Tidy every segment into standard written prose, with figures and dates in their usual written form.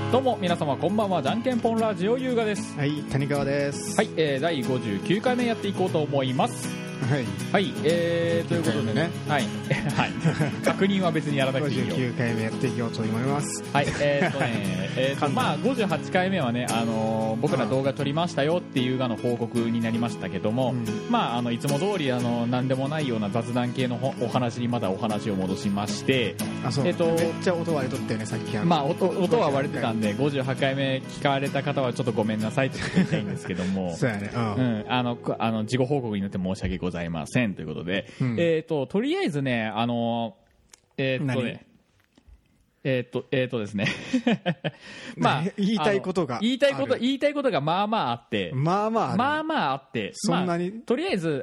どうも皆様こんばんは。じゃんけんぽんラジオ優雅です。 はい、谷川です。 はい、第59回目やっていこうと思います。 はい、 はい、ということでね、はい、はい、確認は別にやらなくていいよ。 59回目やっていこうと思います。 はい、まあ58回目はね、僕ら動画撮りましたよっていうがの報告になりましたけども、まあいつも通り何でもないような雑談系のお話にまだお話を戻しまして、 そう、めっちゃ音割れとったよねさっき。 まあ音は割れてたんで58回目聞かれた方はちょっとごめんなさいって言いたいんですけども、 そうやね、 事後報告になって申し訳ございませんということで、とりあえずねですねまあ言いたいことがまあまああってそんなに、 とりあえず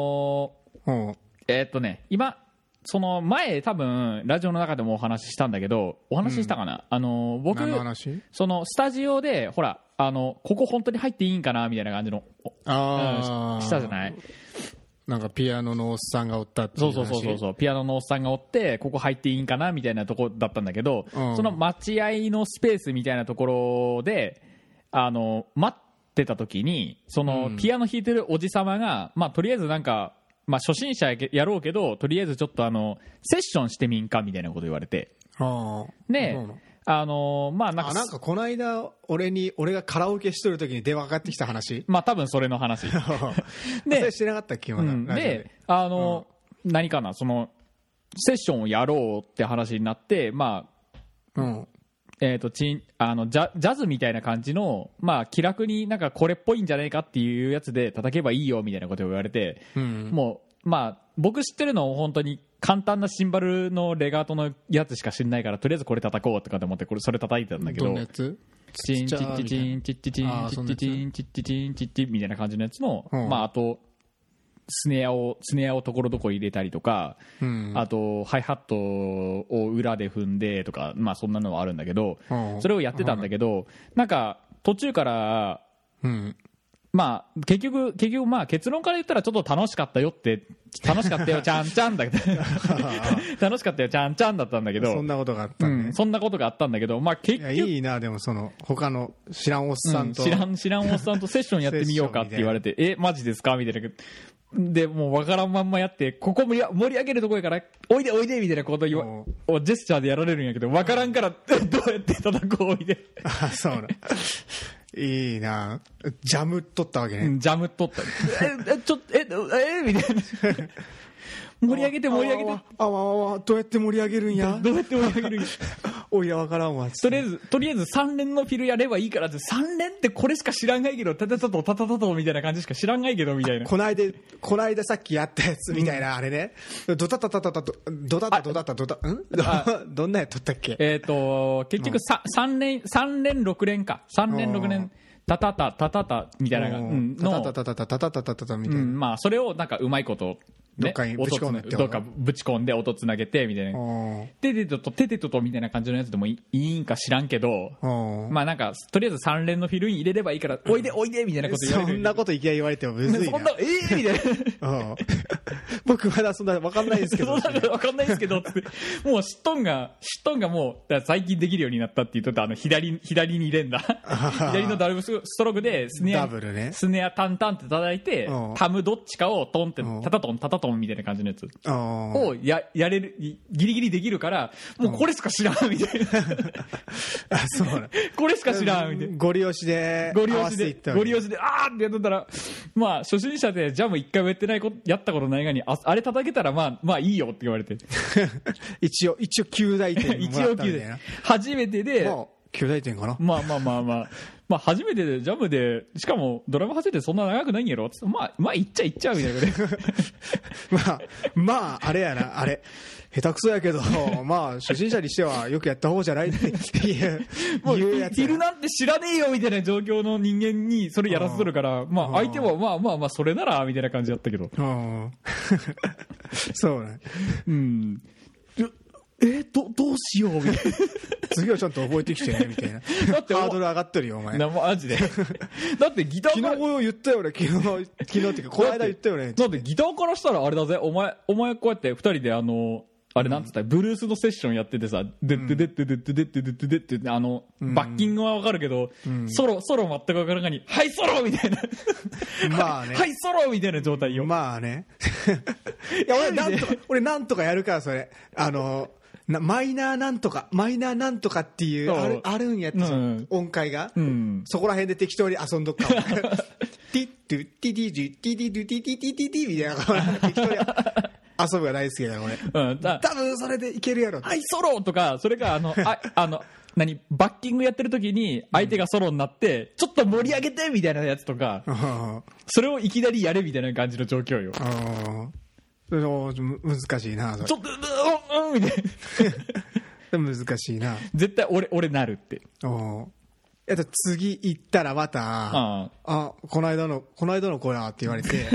今その前多分ラジオの中でもお話ししたんだけど、お話ししたかな、僕何の話？ そのスタジオでほらここ本当に入っていいんかなみたいな感じのしたじゃない。 なんかピアノのおっさんがおったっていう話。 そうピアノのおっさんがおってここ入っていいんかなみたいなとこだったんだけど、その待合のスペースみたいなところで待ってた時にそのピアノ弾いてるおじさまが、まあとりあえずなんか、まあ初心者やろうけどとりあえずちょっとセッションしてみんかみたいなこと言われて、でまあなんかこの間俺がカラオケしとる時に電話かかってきた話。 まあ多分それの話でそれしてなかったっけ、 で何かな、そのセッションをやろうって話になって、まあジャズみたいな感じの、まあ気楽になんかこれっぽいんじゃないかっていうやつで叩けばいいよみたいなことを言われて、もうまあ僕知ってるの本当に簡単なシンバルのレガートのやつしか知んないから、とりあえずこれ叩こうとかと思ってそれ叩いてたんだけど、 どんなやつ？ チンチッチチンチッチチンチッチチンチッチチンチッチみたいな感じのやつの、まああとスネアをところどころ入れたりとか、あとハイハットを裏で踏んでとか、まあそんなのはあるんだけど、それをやってたんだけど、なんか途中からまあ結局まあ結論から言ったらちょっと楽しかったよちゃんちゃんだけど楽しかったよちゃんちゃんだったんだけど、 そんなことがあったね。 そんなことがあったんだけど、まあ結局いいな。でもその他の知らんおっさんと、 知らんおっさんとセッションやってみようかって言われてマジですかみたいな。でもう分からんまんまやって、ここ盛り上げるとこやからおいでみたいなことをジェスチャーでやられるんやけど、分からんからどうやって叩こうみたいな。 そうな。いいな。ジャム取ったわけね。 ジャム取ったみたいな。盛り上げてどうやって盛り上げるんやおいやわからんわ。 とりあえず3連のフィルやればいいからって、3連ってこれしか知らんがいけど、タタタトみたいな感じしか知らんがいけどみたいな。 この間さっきやったやつみたいな、あれね。ドタタタタタドタどんなやつ取ったっけ？ 結局3連6連か。3連6連タタタみたいなのタタみたいな。 まあそれをなんかうまいことどっかにぶち込んで音つなげてみたいな、テテトとみたいな感じのやつでもいいんか知らんけど、まあなんかとりあえず3連のフィルイン入れればいいからおいでみたいなこと言われる。 そんなこといきなり言われてもむずいな。 そんなみたいな僕まだそんな分かんないですけど分かんないですけどってもうシットンがもう最近できるようになったって言ってた左に入れんだ左のダブルストロークでスネアタンタンって叩いて、タムどっちかをトンってタタトンみたいな感じのやつをやれる、ギリギリできるから、もうこれしか知らんみたいなそうな。 これしか知らんみたいな。 ゴリ押しであーってやったら、まあ初心者でジャム1回もやったことないがに、あれ叩けたらまあいいよって言われて一応9大点もらったみたいな。 初めてで 9大点かな。 まあ初めてでジャムで、しかもドラム初めてそんな長くないんやろ、まあいっちゃみたいなまああれやな、あれ下手くそやけどまあ初心者にしてはよくやった方じゃないっていうやつ。 フィルなんて知らねえよみたいな状況の人間にそれやらせとるから、まあ相手はまあそれならみたいな感じだったけどそうね。 どうしようみたいな次はちゃんと覚えてきてねみたいな。だってハードル上がってるよお前。 マジでだってギターから昨日言ったよ俺。昨日っていうかこの間言ったよね。 だってギターからしたらあれだぜ、お前こうやって2人であれなんつったらブルースのセッションやっててさ、でってでってでってでってでってでってバッキングはわかるけど、ソロ全くわからないに、はいソロみたいなまあねはいソロみたいな状態よ。 まあねいや俺なんとかやるからそれマイナーなんとかっていうあるんやって、音階が、そこら辺で適当に遊んどくかもティットゥティティジュティティドゥティティティティティみたいな適当に遊ぶが大好きだよ俺、多分それでいけるやろ。 はいソロとか、それが何バッキングやってる時に相手がソロになってちょっと盛り上げてみたいなやつとか、それをいきなりやれみたいな感じの状況よ。 難しいなそれ。 ちょっとみたいな難しいな。 絶対俺なるって。 次行ったらまたこの間の子やって言われて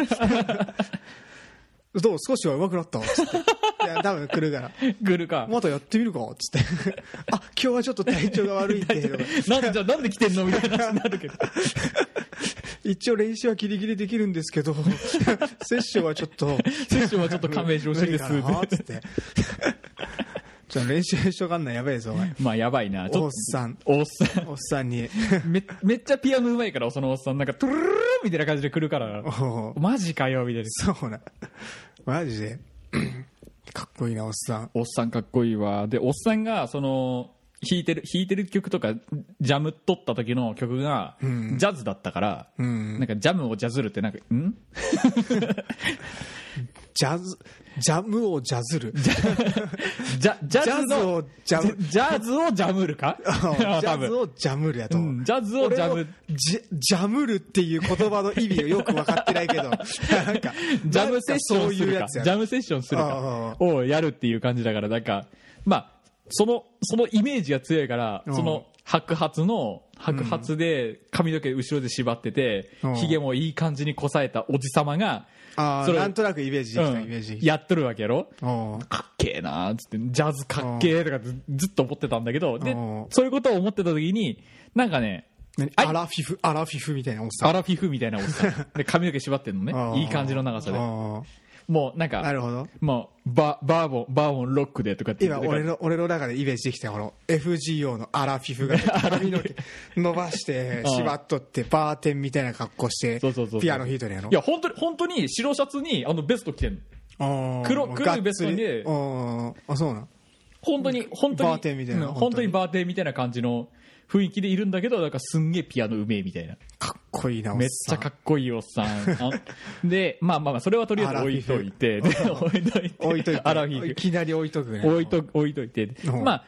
どう少しは上手くなったっつっていや多分来るからまたやってみるかっつって今日はちょっと体調が悪いんでなんで来てんのみたいな話になるけど一応練習はギリギリできるんですけどセッションはちょっと勘弁してほしいですってってちょっと練習しとかんないやばいぞお前。 まあやばいな。 おっさんにめっちゃピアノうまいから、そのおっさんなんかトゥルルルみたいな感じで来るからマジかよみたいな。 そうなマジでかっこいいなおっさんかっこいいわ。でおっさんがその弾いてる曲とかジャム取った時の曲がジャズだったから、なんかジャムをジャズるってなんかジャムをジャズるジャズをジャムるかジャズをジャムるやと、 ジャズをジャムジャムるっていう言葉の意味をよく分かってないけどなんかジャムセッションするかジャムセッションするかをやるっていう感じだから、なんかまあそのイメージが強いから、その白髪で髪の毛後ろで縛ってて、ひげもいい感じにこさえたおじさまがなんとなくイメージできた、イメージやっとるわけやろ。かっけえなーっつって、ジャズかっけえとかずっと思ってたんだけど、でそういうことを思ってた時になんかね、 アラフィフみたいなおっさんで髪の毛縛ってんのね、いい感じの長さで。もうなんかなるほど、 もうバーボンロックでとかって今俺の中でイメージできたこの FGO のアラフィフが髪の毛伸ばして縛っとってバーテンみたいな格好してピアノ弾いとるやろ。 いや本当に白シャツにベスト着てんの。黒いベストにそうなん本当にバーテンみたいな、 本当にバーテンみたいな感じの雰囲気でいるんだけど、なんかすんげえピアノうめえみたいな。 かっこいいなおっさん。 めっちゃかっこいいおっさんでまあそれはとりあえず置いといてアラフィフいきなり置いとくね。 置いといて、ジ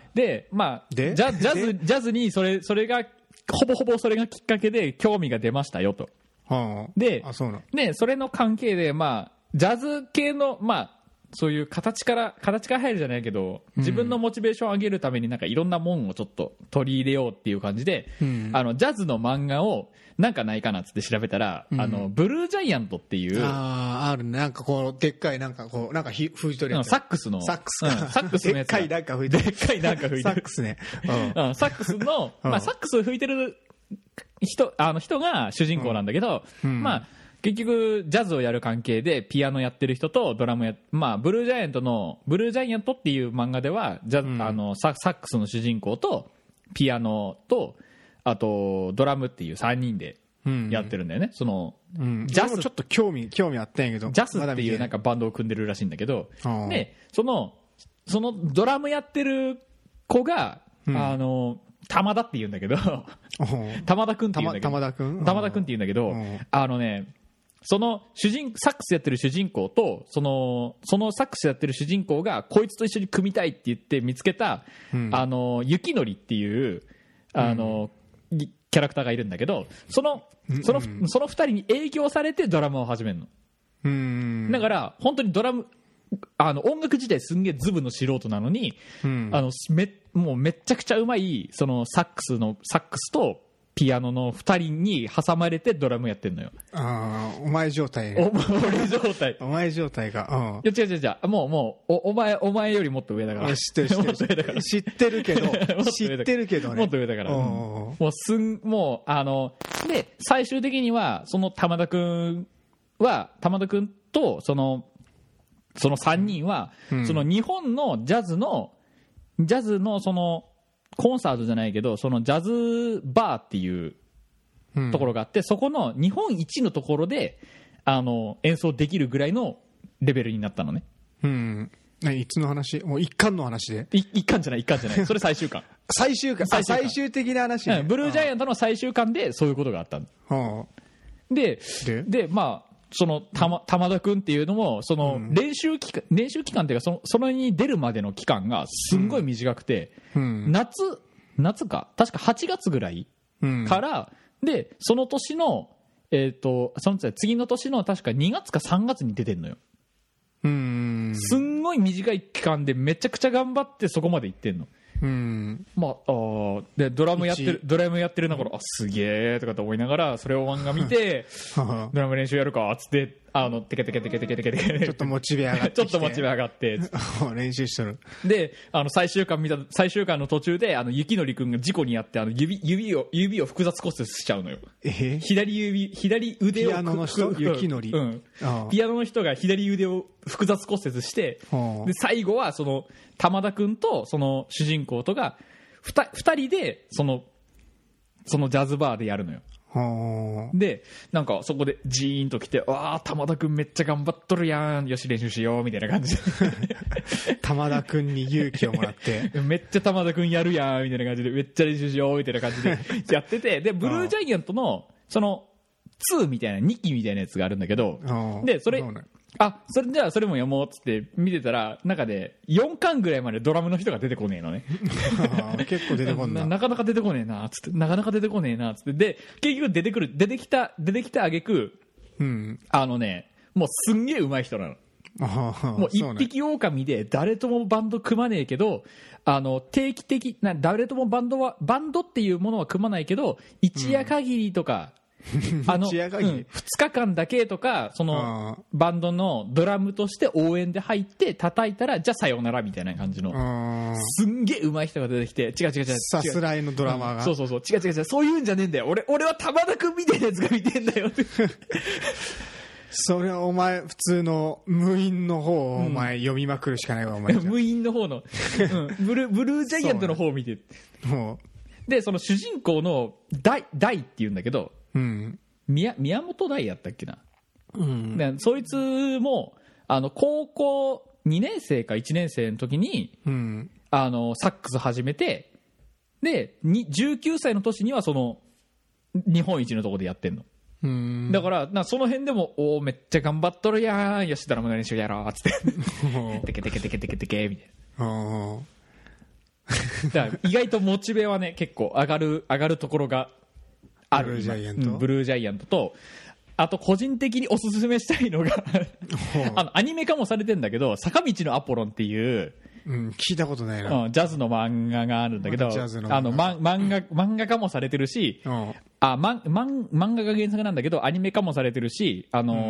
ャズにそれがほぼそれがきっかけで興味が出ましたよと。でそれの関係でジャズ系のそういう形から入るじゃないけど、自分のモチベーションを上げるためになんかいろんなもんをちょっと取り入れようっていう感じで、ジャズの漫画をなんかないかなっつって調べたら、ブルージャイアントっていうあるね、なんかこうでっかいなんか吹いとるやつ、 サックスのやつ、 でっかいなんか吹いてるサックスね、 サックスのサックス吹いてる人が主人公なんだけど、結局ジャズをやる関係でピアノやってる人とドラムブルージャイアントっていう漫画ではサックスの主人公とピアノとあとドラムっていう3人でやってるんだよね。そのジャズちょっと興味あったんやけど、 ジャズっていうなんかバンドを組んでるらしいんだけど、でそのドラムやってる子が玉田って言うんだけど玉田くんって言うんだけどそのサックスやってる主人公とそのサックスやってる主人公がこいつと一緒に組みたいって言って見つけた、雪のりっていうキャラクターがいるんだけど、その2人に影響されてドラムを始めるの。だから本当にドラム音楽自体すんげえズブの素人なのに、もうめっちゃくちゃうまいそのサックスとピアノの2人に挟まれてドラムやってんのよ。 お前状態お前状態が、 いや違うもうお前よりもっと上だから。 知ってるけどね、 もっと上だから、もうで最終的にはその玉田くんとそのその3人は、その日本のジャズのそのコンサートじゃないけど、そのジャズバーっていうところがあって、そこの日本一のところで演奏できるぐらいのレベルになったのね。 いつの話？もう一巻の話で？ 一巻じゃない、それ最終巻。 最終的な話、ね。 ブルージャイアントの最終巻でそういうことがあったの。でまあその玉田君っていうのもその練習期間っていうかそのに出るまでの期間がすんごい短くて、夏か確か8月ぐらいから、でその年のその次の年の確か2月か3月に出てんのよ。すんごい短い期間でめちゃくちゃ頑張ってそこまで行ってんの。まあ、でドラムやってるながら、すげえとかと思いながらそれを漫画見てドラム練習やるかっつってテケテケテケテケテケテケちょっとモチベ上がって練習しとる。 で最終巻の途中で雪のりくんが事故にあって指を複雑骨折しちゃうのよ。左腕をピアノの人雪のり、 ピアノの人が左腕を複雑骨折して、で最後はその玉田君とその主人公とが2人でそのジャズバーでやるのよ。でなんかそこでジーンと来て、わあ玉田君めっちゃ頑張っとるやん、よし練習しようみたいな感じで玉田君に勇気をもらってめっちゃ玉田君やるやんみたいな感じでめっちゃ練習しようみたいな感じでやってて、でブルージャイアントのその2みたいな2期みたいなやつがあるんだけど、でそれじゃあそれも読もうっつって見てたら中で4巻ぐらいまでドラムの人が出てこねえのね結構出てこんなかなか出てこねえなっつってで結局出てきた挙句、もうすんげえ上手い人なの。もう一匹狼で誰ともバンド組まねえけど定期的な誰ともバンドっていうものは組まないけど一夜限りとか、2日間だけとかそのバンドのドラムとして応援で入って叩いたらじゃあさようならみたいな感じのすんげえ上手い人が出てきて、違うさすらいのドラマーが、 そう違うそういうんじゃねえんだよ、俺は玉田君みたいなやつが見てんだよってそれはお前普通の無印の方をお前読みまくるしかないわお前無印の方の、ブルージャイアントの方を見てでその主人公の大っていうんだけど、宮本大やったっけな、でそいつも高校2年生か1年生の時に、サックス始めて、で19歳の年にはその日本一のとこでやってんの。だからその辺でもめっちゃ頑張っとるやん、よしドラムの練習やろうっつってテケテケテケテケテケみたいなだから意外とモチベはね結構上がるところがある。ブルージャイアントと、あと個人的におすすめしたいのがアニメ化もされてんだけど坂道のアポロンっていう聞いたことないな、 ジャズの漫画があるんだけど、漫画化もされてるし、漫画が原作なんだけどアニメ化もされてるし、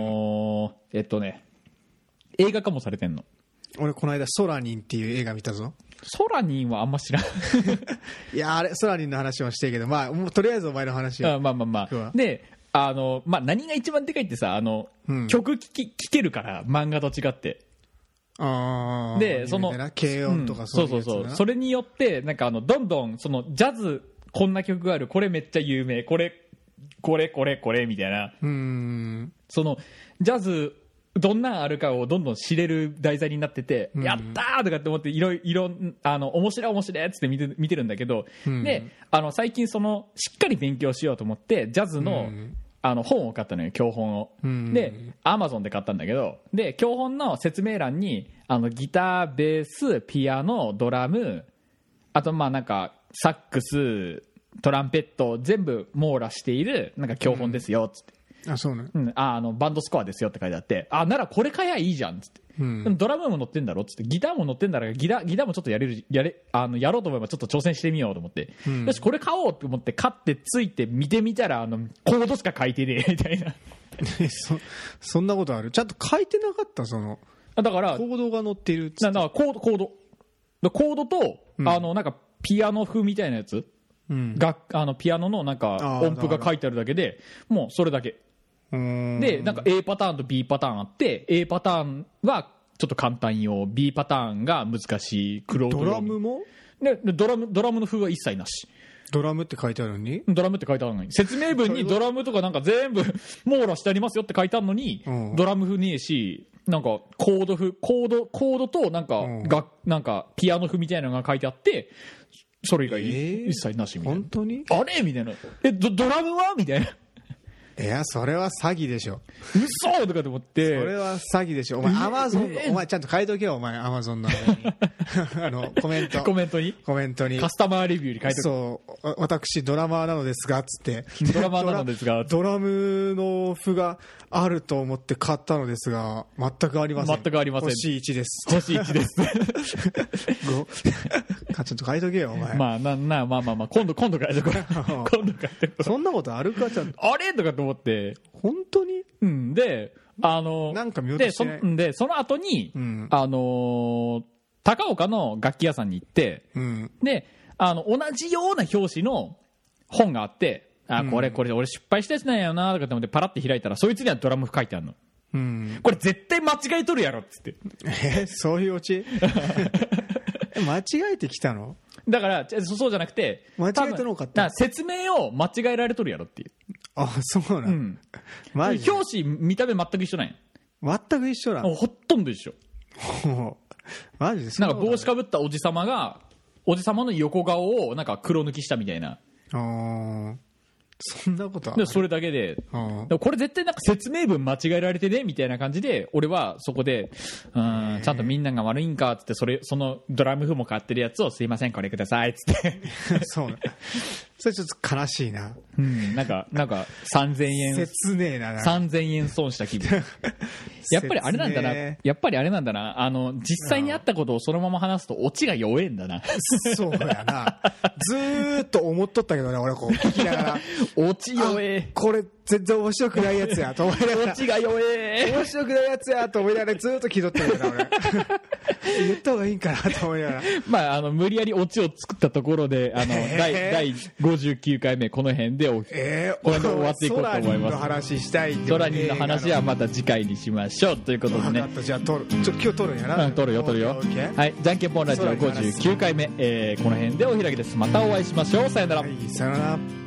映画化もされてんの。 俺この間ソラニンっていう映画見たぞ。 ソラニンはあんま知らんいやあれソラニンの話はしてるけど、まあもうとりあえずお前の話をで何が一番でかいってさ曲聴けるから漫画と違って、でその軽音とかそういうやつそうそれによってなんかどんどんそのジャズこんな曲がある、これめっちゃ有名、これみたいな、そのジャズどんなんあるかをどんどん知れる題材になってて、やったーとかって思っていろ面白いっつって見てるんだけど、で最近そのしっかり勉強しようと思ってジャズの本を買ったのよ、教本を。でアマゾンで買ったんだけど、で教本の説明欄にギター、ベース、ピアノ、ドラム、あとなんかサックス、トランペット全部網羅しているなんか教本ですよっつって、 そうね、 バンドスコアですよって書いてあって、ならこれ買えばいいじゃんっつって、でもドラムも乗ってんだろっつって、ギターも乗ってんだからギターもちょっとやろうと思えばちょっと挑戦してみようと思って、よしこれ買おうと思って買ってついて見てみたらコードしか書いてねえみたいなそんなことある？ちゃんと書いてなかった？ だからコードが載っているっつって、 だからコードと、なんかピアノ風みたいなやつ、ピアノのなんか音符が書いてあるだけでもうそれだけで、なんか A パターンと B パターンあって、 A パターンはちょっと簡単用、 B パターンが難しいクロート用。 ドラムもでドラムの風は一切なし。 ドラムって書いてあるのに、 ドラムって書いてあるのに、説明文にドラムとかなんか全部網羅してありますよって書いてあるのに、ドラム風ねえし、なんかコードとなんか、なんかピアノ風みたいなのが書いてあって、それ以外一切なしみたいな。 本当に？ あれみたいな。ドラムはみたいな。 いや、それは詐欺でしょ。 嘘とかと思って。 それは詐欺でしょ。お前アマゾン、お前ちゃんと書いとけよ、お前アマゾンのコメントにカスタマーレビューに書いてそう、私ドラマーなのですがつって、 ドラマーなのですがドラムの譜があると思って買ったのですが全くありません。 全くありません。 星1です。 星1です。 ちょっと書いとけよお前。 まあ今度書いとこう。今度書いてこう。 そんなことあるかちゃんと。 あれとかと思って。 本当に？ うん。でなんか見落としてないでその後に、高岡の楽器屋さんに行って、で同じような表紙の本があって、これ俺失敗したやつなんやよなとかって思ってパラって開いたら、そいつにはドラム書いてあるの。これ絶対間違えとるやろっつって。 そういうオチ？間違えてきたの？ だからそうじゃなくて、 間違えてのかった。 説明を間違えられとるやろっていう。 あ、そうなん。 表紙見た目全く一緒なんや。 全く一緒なん。 ほとんど一緒。 マジで？ なんか帽子かぶったおじさまの横顔をなんか黒抜きしたみたいな。 そんなことある？ でそれだけで、これ絶対なんか説明文間違えられてねみたいな感じで、俺はそこでちゃんとみんなが悪いんかっつって、そのドラム譜も買ってるやつをすいませんこれくださいっつってそうね。それちょっと悲しいな。 なんか3000円切ねえな。 3000円損した気分。やっぱりあれなんだな。実際にあったことをそのまま話すとオチが弱えんだな。 そうやな。ずーっと思っとったけどね、俺こう聞きながら。 オチ弱え。 これ全然面白くないやつやと思いながら。 オチが弱え。 面白くないやつやと思いながらずーっと聞いとったけどな、俺。言った方がいいんかなと思いながら。無理やりオチを作ったところで、第59回目この辺でこれで終わっていこうと思います。 ソラニンの話したいって。 ソラニンの話はまた次回にしましょうということでね。 じゃあ今日撮るんやな。 撮るよ。はい、じゃんけんぽんラジオ59回目、この辺でお開きです。またお会いしましょう。さよなら。 さよなら。